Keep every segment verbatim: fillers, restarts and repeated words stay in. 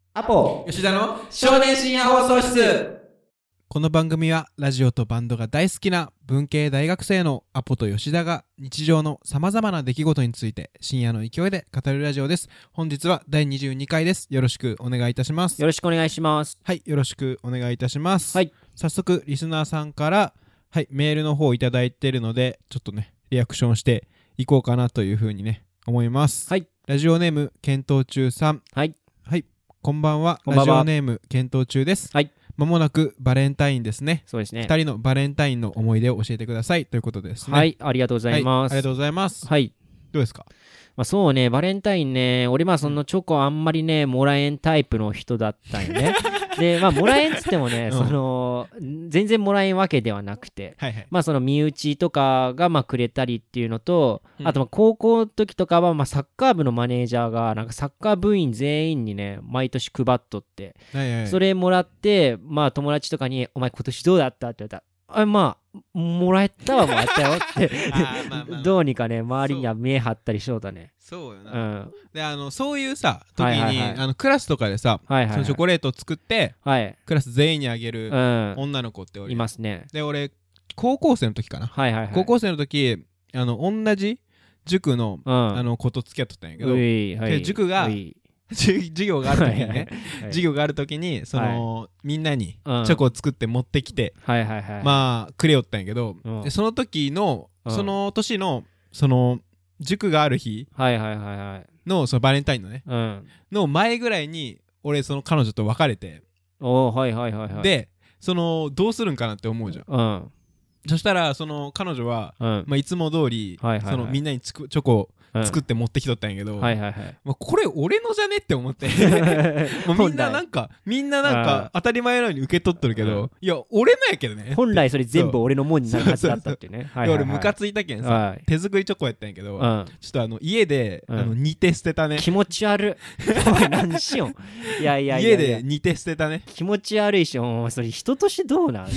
アポ吉田の少年深夜放送室。 この番組はラジオとバンドが大好きな文系大学生のアポと吉田が日常のさまざまな出来事について深夜の勢いで語るラジオです。本日はだいにじゅうにかいです。よろしくお願いいたします。 よろしくお願いします。 はい、よろしくお願いいたします。 はい、 早速リスナーさんからはいメールの方をいただいているので、ちょっとねリアクションしていこうかなというふうにね思います。 はい、 ラジオネーム検討中さん。 はいはい、こんばんは。 こんばんは。 ラジオネーム検討中です。 はい、 まもなくバレンタインですね。 そうですね。 ふたりのバレンタインの思い出を教えてくださいということですね。 はい、ありがとうございます。 はい、ありがとうございます。 はい、 どうですか？ まあ、そうね、バレンタインね、俺まあそのチョコあんまりねもらえんタイプの人だったんよね。でまあもらえんっつってもね、うん、その全然もらえんわけではなくて、はいはい、まあその身内とかがまあくれたりっていうのと、うん、あとまあ高校の時とかはまあサッカー部のマネージャーがなんかサッカー部員全員にね毎年配っとって、はいはい、それもらってまあ友達とかにお前今年どうだったって言われたら、あまあもらえたわもらったよってまあまあどうにかね周りには見え張ったりしようだね。 そうよな、うん、であのそういうさ時に、はいはいはい、あのクラスとかでさ、はいはいはい、そのチョコレートを作って、はい、クラス全員にあげる女の子っておる、 いますね。 で俺高校生の時かな、はいはいはい、高校生の時あの同じ塾の、うん、あの子と付き合っとったんやけど、はい、で塾が授業がある時にね、はいはい、授業がある時にその、はい、みんなにチョコを作って持ってきて、うん、まあくれよったんやけど、うん、でその時の、うん、その年のその塾がある日のそのバレンタインのね、うん、の前ぐらいに俺その彼女と別れて、 おはいはいはいはい、 でそのどうするんかなって思うじゃん、うん、そしたらその彼女は、うんまあ、いつも通り、はいはいはい、そのみんなにチョコを作って持ってきとったんやけど、うんはいはいはい、もうこれ俺のじゃねって思ってもうみんななんかみんななんか当たり前のように受け取っとるけど、いや俺のやけどね、 本来それ全部俺のもんになるはずだったっていうね。 俺ムカついたけんさ、はい、手作りチョコやったんやけど、うん、ちょっとあの家で、うん、あの煮て捨てたね。 気持ち悪い何しよん。いやいやいや家で煮て捨てたね。 気持ち悪いし、それ人としてどうなん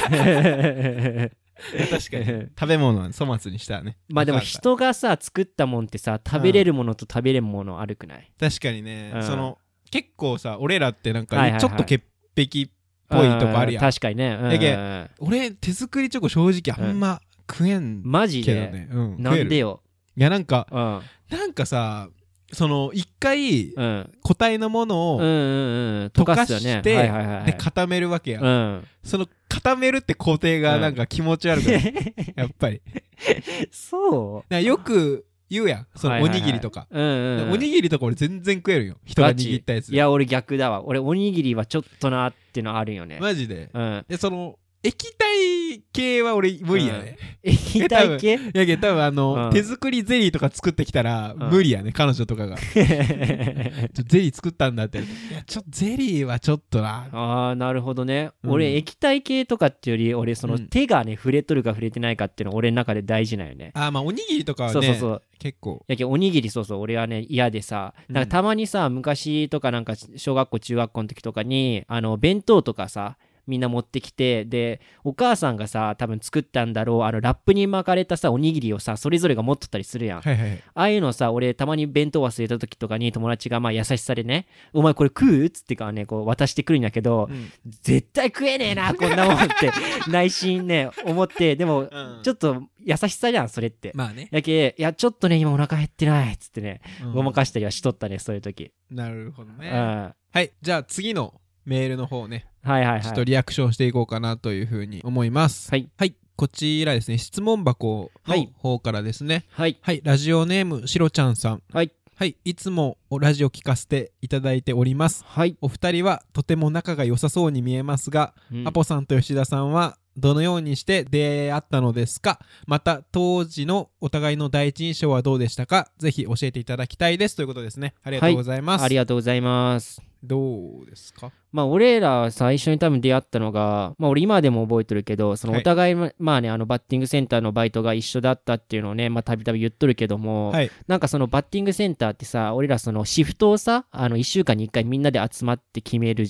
確かに食べ物は粗末にしたらね。 まあでも人がさ作ったもんってさ食べれるものと食べれるものあるくない？ 確かにね、うん、その結構さ俺らってなんか、ねはいはいはい、ちょっと潔癖っぽいとこあるやん。 確かにね、うん、 だけど俺手作りチョコ正直あんま食えんけどね、 マジで、うん、なんでよ。 いやなんか、うん、なんかさその一回、うん、固体のものを溶かして、ねはいはいはい、で固めるわけや、うん、その固めるって工程がなんか気持ち悪くない、うん、やっぱりそうよく言うやんそのおにぎりとか、はいはいはいうんうん、おにぎりとか俺全然食えるよ、人が握ったやつ。 いや俺逆だわ、俺おにぎりはちょっとなっていうのあるよねマジで、うん、でその液体系は俺無理やね、 うん、液体系やけど多分あの、うん、手作りゼリーとか作ってきたら無理やね、うん、彼女とかがちょゼリー作ったんだっていやちょっとゼリーはちょっとなあーなるほどね、うん、俺液体系とかっていうより俺その手がね、うん、触れとるか触れてないかっていうの俺の中で大事なんよね。 あーまあおにぎりとかはねそうそうそう結構やけおにぎりそうそう俺はね嫌でさ、なんかたまにさ昔とかなんか小学校中学校の時とかにあの弁当とかさみんな持ってきて、でお母さんがさ多分作ったんだろうあのラップに巻かれたさおにぎりをさそれぞれが持っとったりするやん、はいはい、ああいうのさ俺たまに弁当忘れた時とかに友達がまあ優しさでねお前これ食うっつってからねこう渡してくるんやけど、うん、絶対食えねえなこんなもんって内心ね思って、でも、うん、ちょっと優しさじゃんそれって、まあね、やけいやちょっとね今お腹減ってないっつってね、うん、ごまかしたりはしとったねそういう時。 なるほどね、うん、はいじゃあ次のメールの方ね、 はいはいはい、 ちょっとリアクションしていこうかなというふうに思います。はい、はい、こちらですね質問箱の方からですね、はい、はい、ラジオネームしろちゃんさん、はい、はい、いつもラジオ聞かせていただいております。はい、お二人はとても仲が良さそうに見えますが、うん、アポさんと吉田さんはどのようにして出会ったのですか？また当時のお互いの第一印象はどうでしたか？ぜひ教えていただきたいですということですね。ありがとうございます。 はい、ありがとうございます。 どうですか？ まあ俺ら最初に多分出会ったのが、まあ俺今でも覚えてるけど、そのお互い、はい、まあねあのバッティングセンターのバイトが一緒だったっていうのをねまあたびたび言っとるけども、はい、なんかそのバッティングセンターってさ俺らそのシフトをさあのいっしゅうかんにいっかいみんなで集まって決めるじゃん。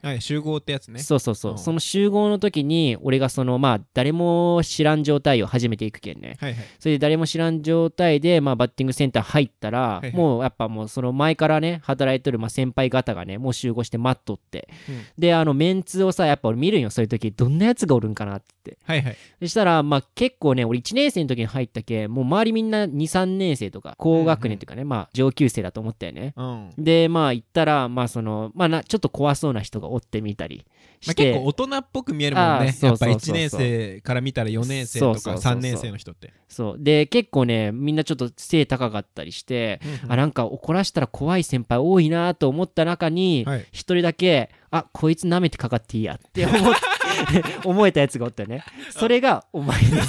はい、集合ってやつね。 そうそうそう、うん、その集合の時に俺がそのまあ誰も知らん状態を初めて行くけんね、はいはい、それで誰も知らん状態でまあバッティングセンター入ったら、はいはい、もうやっぱもうその前からね働いてるまあ先輩方がねもう集合して待っとって、うん、であのメンツをさやっぱ俺見るんよ、そういう時どんなやつがおるんかなって、はいはい、そしたらまあ結構ね俺いちねん生の時に入ったけもう周りみんなにさんねん生とか高学年とかね、うんうん、まあ上級生だと思ったよね、うん、でまあ行ったらまあそのまあなちょっと怖そうな人がおってみたりして、 まあ、結構大人っぽく見えるもんね。やっぱいちねん生から見たらよねん生とかさんねん生の人ってそうで結構ねみんなちょっと背高かったりして、うんうん、あなんか怒らしたら怖い先輩多いなと思った中に一、はい、人だけあこいつ舐めてかかっていいやって思って思えたやつがおったよね。それがお前です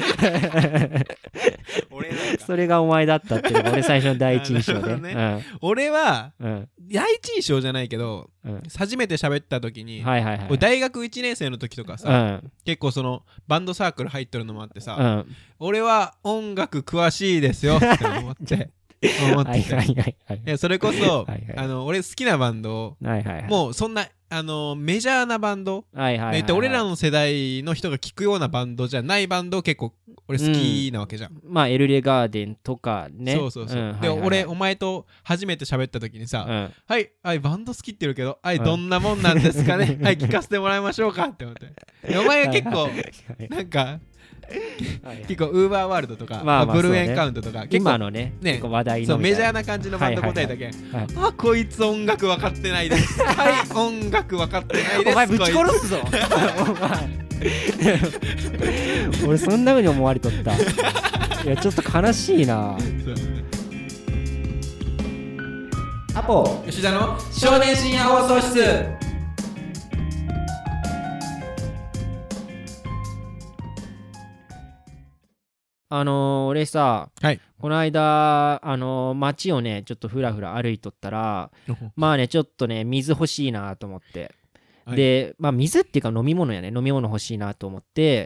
俺それがお前だったっていうのが俺最初の第一印象で、ねうん、 俺は、うん、第一印象じゃないけど、うん、初めて喋った時に、はいはいはい、俺大学いちねん生の時とかさ、うん、結構そのバンドサークル入ってるのもあってさ、うん、俺は音楽詳しいですよって思って思ってて、はいはいはいはい、いやそれこそ、はいはい、あの俺好きなバンドを、はいはいはい、もうそんなあのメジャーなバンド、はいはいはいはい、俺らの世代の人が聴くようなバンドじゃないバンドを結構俺好きなわけじゃん、うん、 まあエルレガーデンとかねそうそうそう、うん、で、はいはいはい、俺お前と初めて喋った時にさ、うん、はいはいバンド好きって言うけどはい、うん、どんなもんなんですかねはい聞かせてもらいましょうかって思ってお前が結構なんか結構ウーバーワールドとか、まあまあ、ブルーエンカウントとか、ね、 結構今のね、ね結構話題のそうメジャーな感じのバンド答えだけ、はいはいはい、あこいつ音楽分かってないですはい音楽分かってないですお前ぶち殺すぞお前俺そんな風に思われとったいやちょっと悲しいなアポ吉田の少年深夜放送室。 あのー、俺さ、はい、この間、あのー、街をねちょっとふらふら歩いとったらまあねちょっとね水欲しいなと思って、はい、でまあ水っていうか飲み物やね飲み物欲しいなと思って、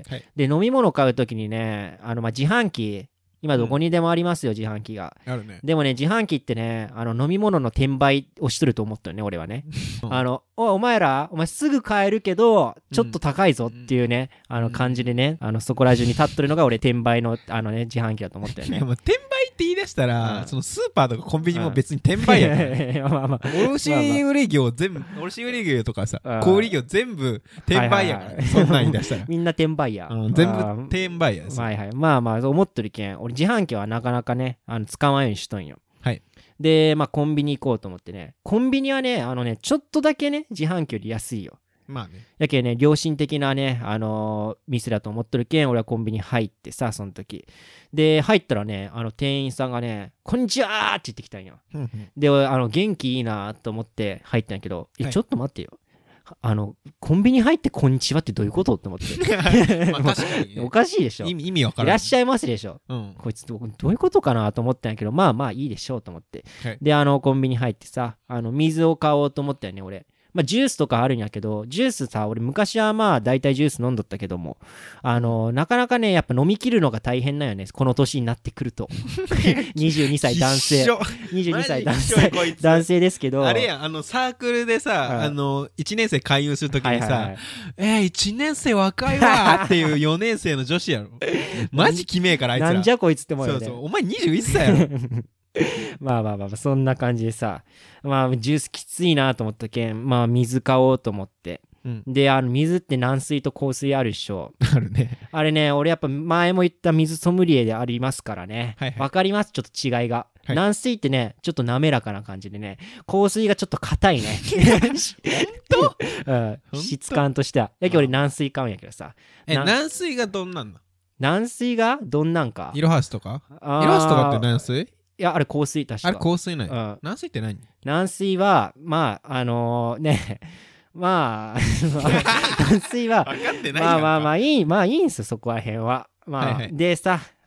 はい、で飲み物買うときにねあの、まあ、自販機今どこにでもありますよ、うん、自販機がある、ね、でもね自販機ってねあの飲み物の転売をしとると思ったよね俺はねあの お, お前らお前すぐ買えるけどちょっと高いぞっていうね、うん、あの感じでねあのそこら中に立っとるのが俺転売のあのね自販機だと思ったよね。 いやもう転売って言い出したら、うん、そのスーパーとかコンビニも別に転売やから、まあまあ、卸売業全部卸売業とかさ小売業全部転売やから、はいはいはい、そんなん言い出したらみんな転売や、 うん、全部転売やです、 はいはい、まあまあ思ってるけん俺自販機はなかなかねあの使わんようにしとんよ。はいでまあコンビニ行こうと思ってねコンビニはねあのねちょっとだけね自販機より安いよ。まあねやけね良心的なねあのー、店だと思っとるけん俺はコンビニ入ってさその時で入ったらねあの店員さんがねこんにちはーって言ってきたんよであの元気いいなと思って入ったんやけど、はい、えちょっと待ってよあのコンビニ入ってこんにちはってどういうことって思ってまあ確かに、ね、おかしいでしょ意味、意味わからんいらっしゃいますでしょ、うん、こいつどういうことかなと思ったんやけどまあまあいいでしょうと思って、はい、であのコンビニ入ってさあの水を買おうと思ったよね俺まあ、ジュースとかあるんやけどジュースさ俺昔はまあ大体ジュース飲んどったけどもあのなかなかねやっぱ飲み切るのが大変なんよねこの年になってくるとにじゅうにさい男性にじゅうにさい男性男性ですけどあれやあのサークルでさ、はい、あのいちねん生勧誘するときにさ、はいはいはい、えー、いちねん生若いわっていうよねん生の女子やろマジきめえからあいつらなんじゃこいつってもよねそうそうお前にじゅういっさいやろまあまあまあそんな感じでさまあジュースきついなと思ったけんまあ水買おうと思って、うん、であの水って軟水と硬水あるでしょあるねあれね俺やっぱ前も言った水ソムリエでありますからね、はいはい、わかりますちょっと違いが、はい、軟水ってねちょっと滑らかな感じでね硬水がちょっと硬いね本当、 うん、質感としてはやけ俺軟水買うんやけどさえ軟水がどんなんだ軟水がどんなんかイロハスとかイロハスとかって軟水いやあれ香水確かあれ香水なんや、うん、軟水って何軟水はまああのー、ねまあ軟水は分かってないまあまあまあいいまあいいんすよそこら辺はまあ、はいはい、でさ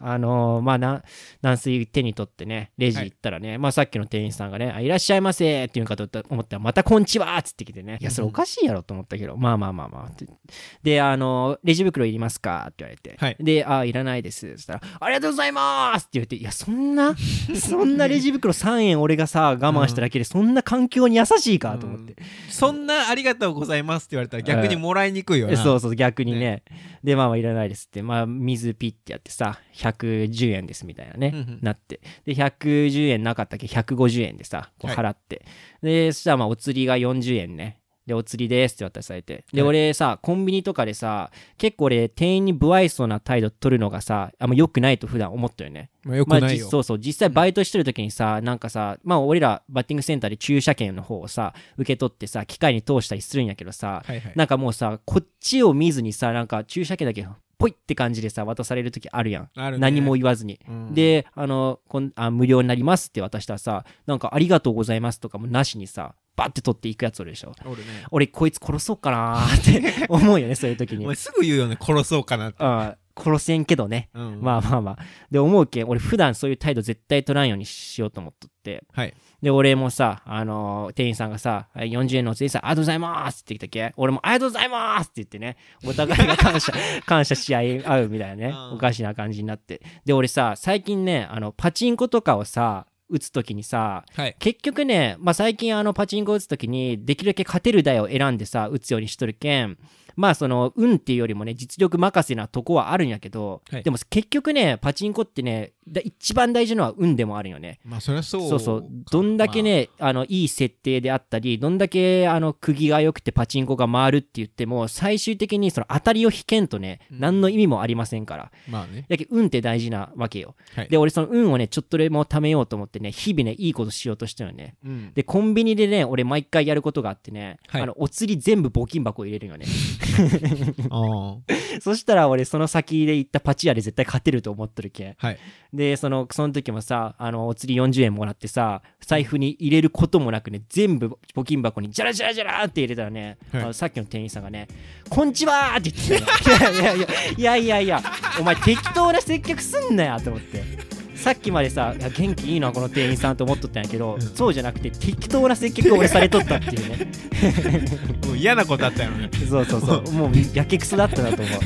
あのー、まあな軟水手に取ってねレジ行ったらね、はい、まあさっきの店員さんがねあいらっしゃいませって言うかと思ったらまたこんちはっつってきてね、いやそれおかしいやろと思ったけど、まあまあまあまあで、あのー、レジ袋いりますかって言われて、はい、であいらないですそしたらありがとうございますって言われて、いやそんなそんなレジ袋さんえん俺がさ我慢しただけでそんな環境に優しいかと思って、 うん、そんなありがとうございますって言われたら逆にもらいにくいよな、 そうそう逆に ね, ねでまあまあいらないですって、まあ水ピッてやってさひゃくじゅうえんですみたいなね、うんうん、なってでひゃくじゅうえんなかったっけひゃくごじゅうえんでさこう払って、はい、でそしたらまあお釣りがよんじゅうえんねでお釣りですって渡されてで、はい、俺さコンビニとかでさ結構俺店員に不愛想な態度取るのがさあんま良くないと普段思ったよね。 まあ、よくないよ、 まあ、そうそう実際バイトしてる時にさ、うん、なんかさまあ俺らバッティングセンターで駐車券の方をさ受け取ってさ機械に通したりするんやけどさ、はいはい、なんかもうさこっちを見ずにさなんか駐車券だけポイって感じでさ渡される時あるやん、ね、何も言わずに、うん、であのこんあ無料になりますって渡したらさなんかありがとうございますとかもなしにさバッて取っていくやつおるでしょ。 俺ね俺こいつ殺そうかなーって思うよねそういう時に。 お前すぐ言うよね殺そうかなって。 あ殺せんけどね、うんうん、まあまあまあで思うけん俺普段そういう態度絶対取らんようにしようと思っとって、 はい、 で俺もさ、あのー、店員さんがさよんじゅうえんのお釣りさありがとうございますって言ったっけ俺もありがとうございますって言ってねお互いが感謝感謝し合い合うみたいなね、うん、おかしな感じになってで俺さ最近ねあのパチンコとかをさ打つときにさ、はい、結局ね、まあ、最近あのパチンコ打つときにできるだけ勝てる台を選んでさ打つようにしとるけんまあその運っていうよりもね実力任せなとこはあるんやけど、はい、でも結局ねパチンコってね一番大事なのは運でもあるよね。 まあそりゃそうそうそうどんだけね、まあ、あのいい設定であったりどんだけあの釘が良くてパチンコが回るって言っても最終的にその当たりを引けんとね、うん、何の意味もありませんから、 まあね、 だけど運って大事なわけよ、はい、で俺その運をねちょっとでも貯めようと思ってね日々ねいいことしようとしてるよね、うん、でコンビニでね俺毎回やることがあってね、はい、あのお釣り全部募金箱入れるよねあそしたら俺その先で行ったパチ屋で絶対勝てると思ってるけん、 はい、 でそのその時もさあのお釣りよんじゅうえんもらってさ財布に入れることもなくね全部募金箱にジャラジャラジャラって入れたらね、はい、あのさっきの店員さんがねこんちはーって言ってたいやいやいやいやいやいやお前適当な接客すんなよと思ってさっきまでさいや元気いいなこの店員さんと思っとったんやけど、うん、そうじゃなくて適当な接客を俺されとったっていうねもう嫌なことあったよねそうそうそうもうやけくそだったなと思う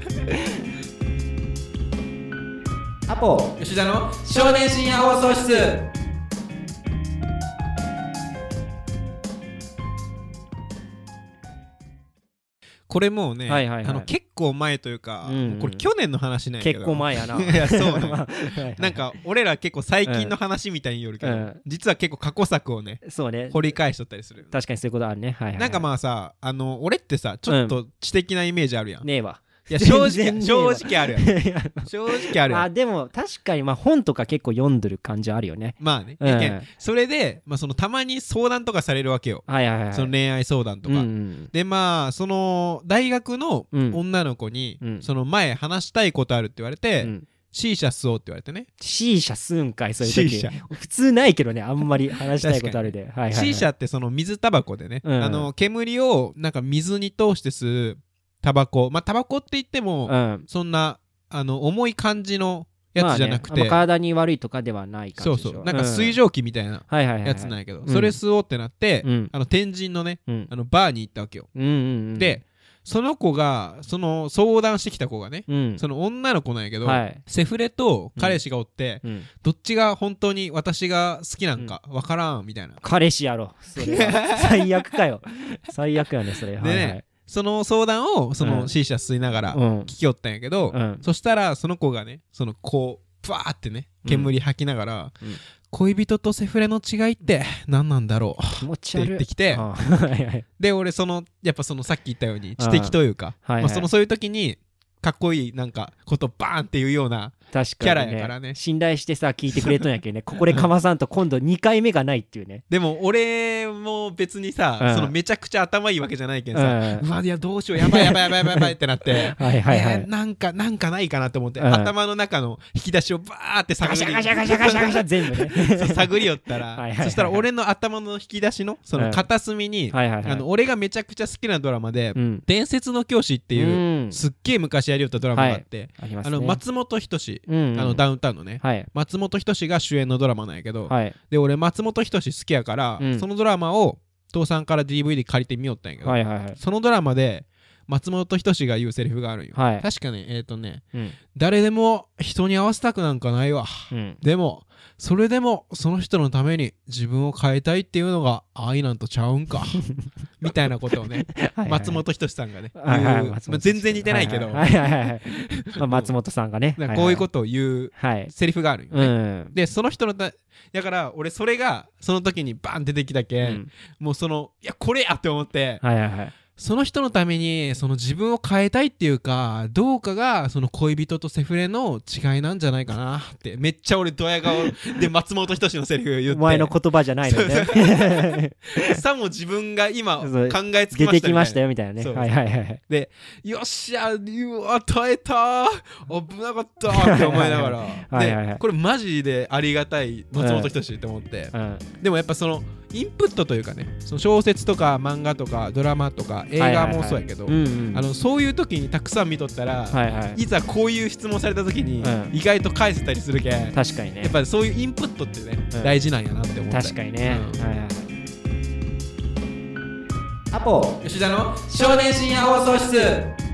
アポ吉田の少年深夜放送室。 これもうね、 はいはいはい、 あの結構前というか、うんうん、これ去年の話なんやけど結構前やないやそうねはいはい、なんか俺ら結構最近の話みたいによるけど、うん、実は結構過去作をね、 そうね掘り返しとったりする。 確かにそういうことあるね、はいはいはい、 なんかまあさあの俺ってさちょっと知的なイメージあるやん、 うん、ねえわいや正直正直あるやん正直あるやんあでも確かにまあ本とか結構読んでる感じあるよね。 まあね、うん、それで、まあ、そのたまに相談とかされるわけよ、 はいはいはい、 その恋愛相談とか、うんうん、でまあその大学の女の子に、うん、その前話したいことあるって言われて、うん、シーシャ吸おうって言われてね。 シーシャ吸うんかいそういう時普通ないけどねあんまり話したいことあるで、はいはいはい、 シーシャってその水タバコでね、うん、あの煙をなんか水に通して吸うタバコ、まあタバコって言っても、うん、そんなあの重い感じのやつじゃなくて、 まあね、体に悪いとかではない感じでしょ。 そうそうなんか水蒸気みたいなやつなんやけど、それ吸おうってなって、うん、あの天神のね、うん、あのバーに行ったわけよ、うんうんうん、でその子がその相談してきた子がね、うん、その女の子なんやけど、はい、セフレと彼氏がおって、うん、どっちが本当に私が好きなんかわからんみたいな、 彼氏やろそれは最悪かよ最悪やねそれでね、はいはい、 その相談をその シーシャ吸いながら聞きよったんやけど、うん、そしたらその子がねそのこうバーってね煙吐きながら、うんうん、恋人とセフレの違いって何なんだろう気持ち悪いって言ってきてで俺そのやっぱそのさっき言ったように知的というか、はいはい、まあ、そのそういう時にかっこいいなんかことバーンっていうようなキャラやからね、 信頼してさ聞いてくれとんやけどねここでかまさんと今度にかいめがないっていうねでも俺も別にさ、うん、そのめちゃくちゃ頭いいわけじゃないけんさ、うん、うわいやどうしようやばいやばいやばいやばいやばいってなってはいはい、はい、えー、なんかなんかないかなと思って、うん、頭の中の引き出しをバーって探りガシャガシャガシャガシャガシャ全部ねそう探りよったらはいはい、はい、そしたら俺の頭の引き出しのその片隅に、うん、はいはいはい、あの俺がめちゃくちゃ好きなドラマで、うん、伝説の教師っていう、うん、すっげえ昔やりよったドラマがあって、はい、ありますね、あの松本人志志、うんうん、あのダウンタウンのね、はい、松本人志が主演のドラマなんやけど、はい、で俺松本人志好きやから、うん、そのドラマを父さんから ディーブイディー 借りてみよったんやけど、はいはいはい、そのドラマで松本人志が言うセリフがあるんよ、はい、確かねえっ、ー、とね、うん、誰でも人に合わせたくなんかないわ、うん、でもそれでもその人のために自分を変えたいっていうのが愛なんとちゃうんかみたいなことをねはい、松本人志さんがね、はいはいまあ、全然似てないけど松本さんがねこういうことを言うセリフがあるんよね、はいうん、でその人のだから俺それがその時にバン出てきたけ、うん、もうそのいやこれやって思って、はいはいはい、その人のためにその自分を変えたいっていうかどうかがその恋人とセフレの違いなんじゃないかなってめっちゃ俺ドヤ顔で松本人志のセリフ言ってお前の言葉じゃないのねさも自分が今考えつきましたみたいな出てきましたよみたいなねはいはいはいでよっしゃうわ耐えた危なかったって思いながらはいはい、はい、でこれマジでありがたい松本人志って思って、うんうん、でもやっぱそのインプットというかねその小説とか漫画とかドラマとか映画もそうやけどそういう時にたくさん見とったら、はいはい、いざこういう質問された時に、うん、意外と返せたりするけん確かにねやっぱりそういうインプットってね、うん、大事なんやなって思った確かにね、うんはいはい、 アポ吉田の少年深夜放送室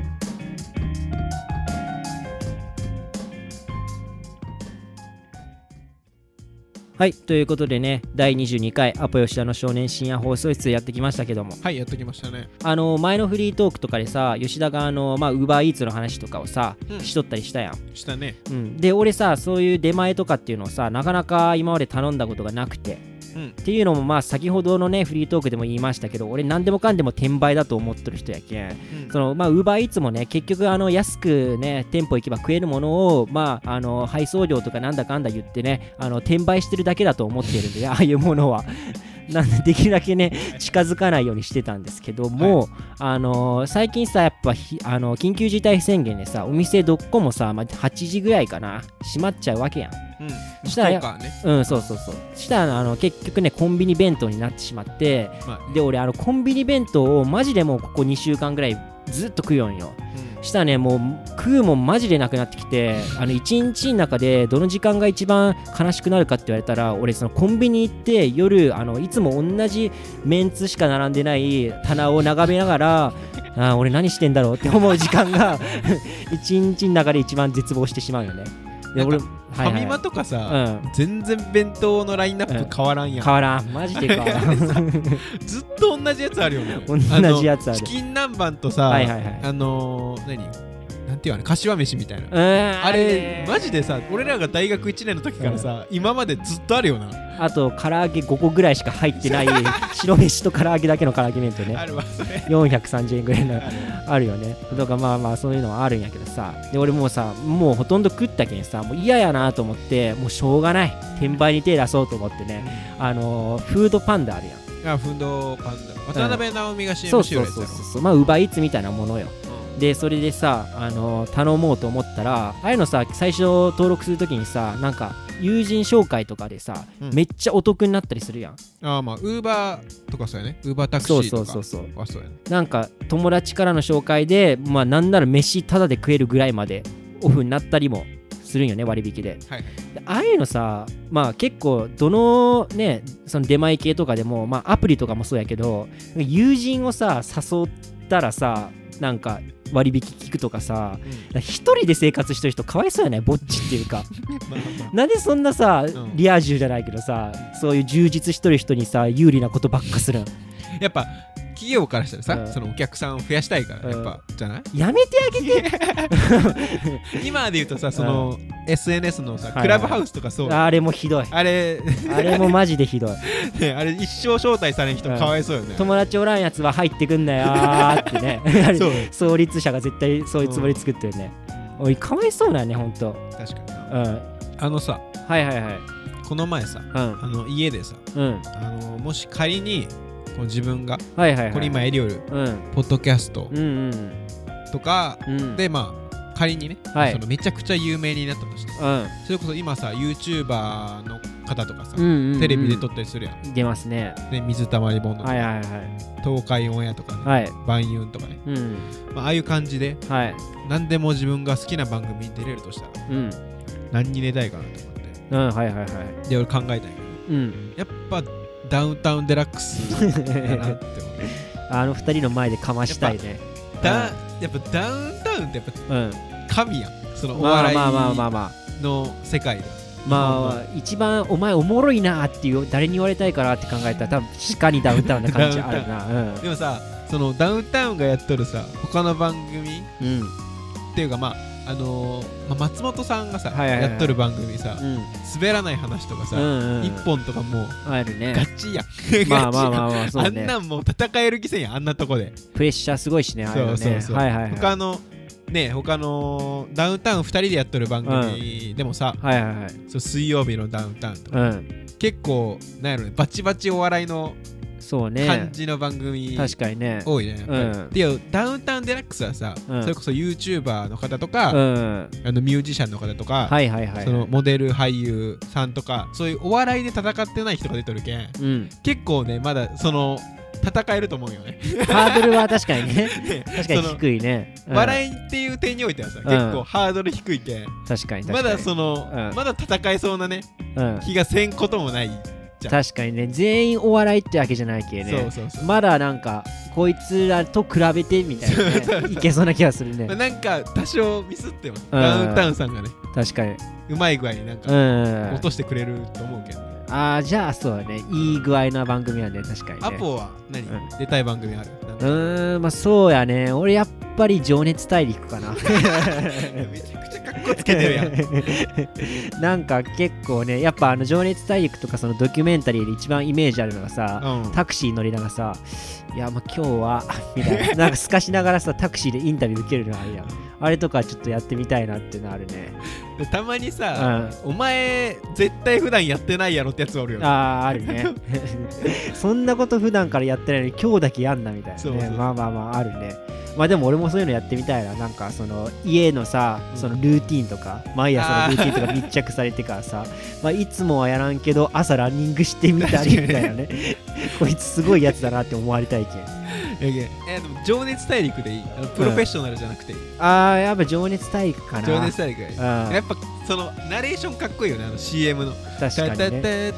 はいということでねだいにじゅうにかいアポ吉田の少年深夜放送室やってきましたけどもはいやってきましたねあの前のフリートークとかでさ吉田があのまあ Uber Eats の話とかをさ、うん、しとったりしたやんしたね、 うん、で俺さそういう出前とかっていうのをさなかなか今まで頼んだことがなくてうん、っていうのもまあ先ほどのねフリートークでも言いましたけど俺何でもかんでも転売だと思ってる人やけん、うん、そのまあ Uber Eats もね結局あの安くね店舗行けば食えるものをまああの配送料とかなんだかんだ言ってねあの転売してるだけだと思ってるんでああいうものはなんでできるだけね近づかないようにしてたんですけども、はい、あのー、最近さやっぱあの緊急事態宣言でさお店どっこもさ、まあ、はちじぐらいかな閉まっちゃうわけやん、うん、そしたら、ね、うんそうそうそうそしたらあの結局ねコンビニ弁当になってしまって、まあ、で俺あのコンビニ弁当をマジでもうここにしゅうかんぐらいずっと食うよんよ、うん、したらねもう食うもんマジでなくなってきてあのいちにちの中でどの時間が一番悲しくなるかって言われたら俺そのコンビニ行って夜あのいつも同じメンツしか並んでない棚を眺めながらあ俺何してんだろうって思う時間が一日の中で一番絶望してしまうよねで俺ファミマとかさ、はいはいうん、全然弁当のラインナップ変わらんやん、うん、 変わらんマジで変わらんずっと同じやつあるよね同じやつあるチキン南蛮とさ、はいはいはい、あのー、何なんていうの柏飯みたいな、えー、あれマジでさ俺らが大学いちねんの時からさ、うん、今までずっとあるよなあと唐揚げごこぐらいしか入ってない白飯と唐揚げだけの唐揚げ弁当ねあるわそれよんひゃくさんじゅうえんぐらいの あ, あるよねとかまあまあそういうのはあるんやけどさで俺もうさもうほとんど食ったけんさもう嫌やなと思ってもうしょうがない転売に手出そうと思ってね、うん、あのー、フードパンダあるやんあフードパンダ渡辺直美が シーエム しよるやつだろ、うん、そうそうそうそうまあ Uber Eats みたいなものよでそれでさ、あのー、頼もうと思ったらああいうのさ最初登録するときにさなんか友人紹介とかでさ、うん、めっちゃお得になったりするやんああまあウーバーとかそうやねウーバータクシーとかそうそうそうそうあそうやねなんか友達からの紹介でまあなんなら飯タダで食えるぐらいまでオフになったりもするんよね割引で、はい、でああいうのさまあ結構どのねその出前系とかでもまあアプリとかもそうやけど友人をさ誘ったらさなんか割引聞くとかさ、うん、一人で生活してる人かわいそうやねぼっちっていうかまあ、まあ、なんでそんなさ、うん、リア充じゃないけどさそういう充実してる人にさ有利なことばっかするんやっぱ企業からしたらさ、うん、そのお客さんを増やしたいからやっぱ、うん、じゃないやめてあげて今で言うとさその、うん、エスエヌエス のさ、はいはい、クラブハウスとかそうあれもひどいあれあれもマジでひどい、 ね、あれ一生招待されん人かわいそうよね、 うん、友達おらんやつは入ってくんなよーってねそう創立者が絶対そういうつもり作ってるね、うん、おいかわいそうだよねほんと確かにな、うん、あのさはいはいはいこの前さ、うん、あの家でさ、うん、あのもし仮にこの自分が、はいはいはい、これ今エリオル、うん、ポッドキャスト、うんうん、とか、うん、でまあ仮にね、はい、そのめちゃくちゃ有名になったとして、うん、それこそ今さ YouTuber の方とかさ、うんうんうん、テレビで撮ったりするやん出ますねで水溜りボンドとか、はいはいはい、東海オンエアとかね、はい、バンユンとかね、うんまあ、ああいう感じで、はい、何でも自分が好きな番組に出れるとしたら、うん、 何に寝たいかなと思って、 うん、はいはいはい。 で俺考えたんやけど、うん、やっぱダウンタウンデラックスだなって思ってあの二人の前でかましたいね。 やっぱ、うん、やっぱダウンタウンってやっぱ、うん、神やん、そのお笑いの世界で。 まあ一番お前おもろいなっていう誰に言われたいかなって考えたら多分鹿にダウンタウンな感じあるな、うん、 でもさそのダウンタウンがやっとるさ他の番組、うん、っていうかまああのーまあ、松本さんがさ、はいはいはい、やっとる番組さ、うん、滑らない話とかさ、うんうん、一本とかもうあるねガチやんまあまあまあまあそうね、あんなんもう戦える気せんやん、あんなとこでプレッシャーすごいしね、あれね、そうそうそう、はいはいはい、 他のね他のダウンタウンふたりでやっとる番組でもさ、うん、はいはいはい、そう水曜日のダウンタウンとか、うん、結構なんやろねバチバチお笑いのそうね感じの番組確かにね多いねやっぱり、うん、でダウンタウンデラックスはさ、うん、それこそ YouTuber の方とか、うん、あのミュージシャンの方とか、はいはいはいはい、そのモデル俳優さんとかそういうお笑いで戦ってない人が出てるけん、うん、結構ねまだその戦えると思うよねハードルは確かにね確かに低いね、 うん、笑いっていう点においてはさ、うん、結構ハードル低いけん確かに確かにまだその、うん、まだ戦えそうなね、うん、気がせんこともない確かにね、全員お笑いってわけじゃないけね、そうそうそう、まだなんかこいつらと比べてみたいなねいけそうな気がするねなんか多少ミスっても、うん、ダウンタウンさんがね確かにうまい具合になんか、うん、落としてくれると思うけどね。 ああじゃあそうだね、いい具合な番組はね確かにね。 アポは何、うん、出たい番組ある？ うーんまあそうやね、俺やっぱり情熱大陸かなめちゃくちゃかっこつけてるやんなんか結構ねやっぱあの情熱大陸とかそのドキュメンタリーで一番イメージあるのがさ、うん、タクシー乗りながらさいやまあ今日はみたいななんかすかしながらさタクシーでインタビュー受けるのあるやん、あれとかちょっとやってみたいなっていうのあるね。 たまにさ、うん、お前絶対普段やってないやろってやつおるよね。 あああるねそんなこと普段からやってないのに今日だけやんなみたいなね。そうそうそう、まあまあまああるね。まあでも俺もそういうのやってみたいな。なんかその家のさ、うん、そのルーティーンとか毎朝のルーティーンとか密着されてからさまあいつもはやらんけど朝ランニングしてみたりみたいなねこいつすごいやつだなって思われたいけんえー、でも情熱大陸でいい、あのプロフェッショナルじゃなくていい、うん、 ああやっぱ情熱大陸かな。 情熱大陸がいい、うん、やっぱそのナレーションかっこいいよね、あの シーエム の確かにね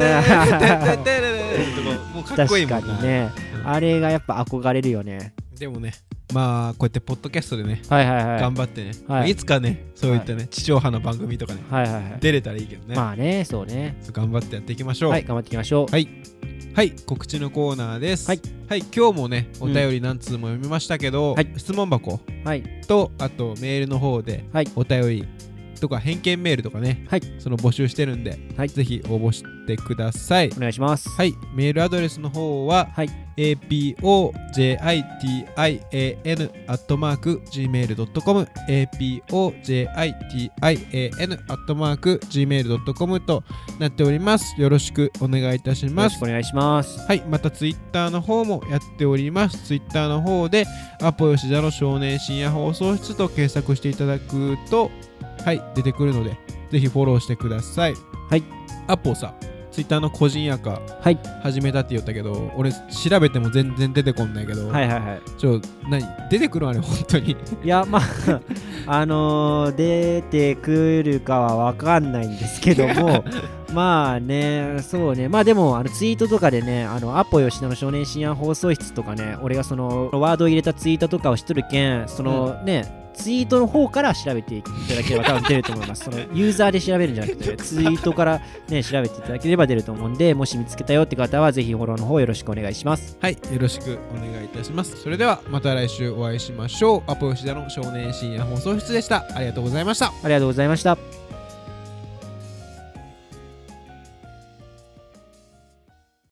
もうかっこいいもんな。 確かにね、うん、あれがやっぱ憧れるよね。 でもねまあこうやってポッドキャストでね、はいはいはい、頑張ってね、はい、いつかねそういったね、はい、地上波の番組とかね、はいはいはい、出れたらいいけどね。 まあねそうね、 頑張ってやっていきましょう。 はい頑張っていきましょう。 はいはい、告知のコーナーです。はい、はい、今日もねお便り何通も読みましたけど、うん、質問箱、はい、とあとメールの方でお便りとか偏見メールとかね、はい、その募集してるんで、はい、ぜひ応募してください。 お願いします。 はい、メールアドレスの方は、はい、エーピーオージェーアイティーアイエーエヌ アットマーク ジーメールドットコム エーピーオージェーアイティーアイエーエヌ アットマーク ジーメールドットコム となっております。よろしくお願いいたします。よろしくお願いします。 はい、またツイッターの方もやっております。ツイッターの方でアポ吉田の少年深夜放送室と検索していただくとはい出てくるのでぜひフォローしてください。はい、アポさツイッターの個人アカ始めたって言ったけど、はい、俺調べても全然出てこんないけど、はいはいはい、ちょ何出てくるあれ本当にいやまああのー、出てくるかは分かんないんですけどもまあねそうねまあでもあのツイートとかでねあのアポ吉田の少年深夜放送室とかね俺がそのワードを入れたツイートとかをしとるけんその、うん、ねツイートの方から調べていただければ多分出ると思います。そのユーザーで調べるんじゃなくてツイートからね調べていただければ出ると思うんで、もし見つけたよって方はぜひフォローの方よろしくお願いします。 はい、よろしくお願いいたします。それではまた来週お会いしましょう。アポ吉田の少年深夜放送室でした。ありがとうございました。 ありがとうございました。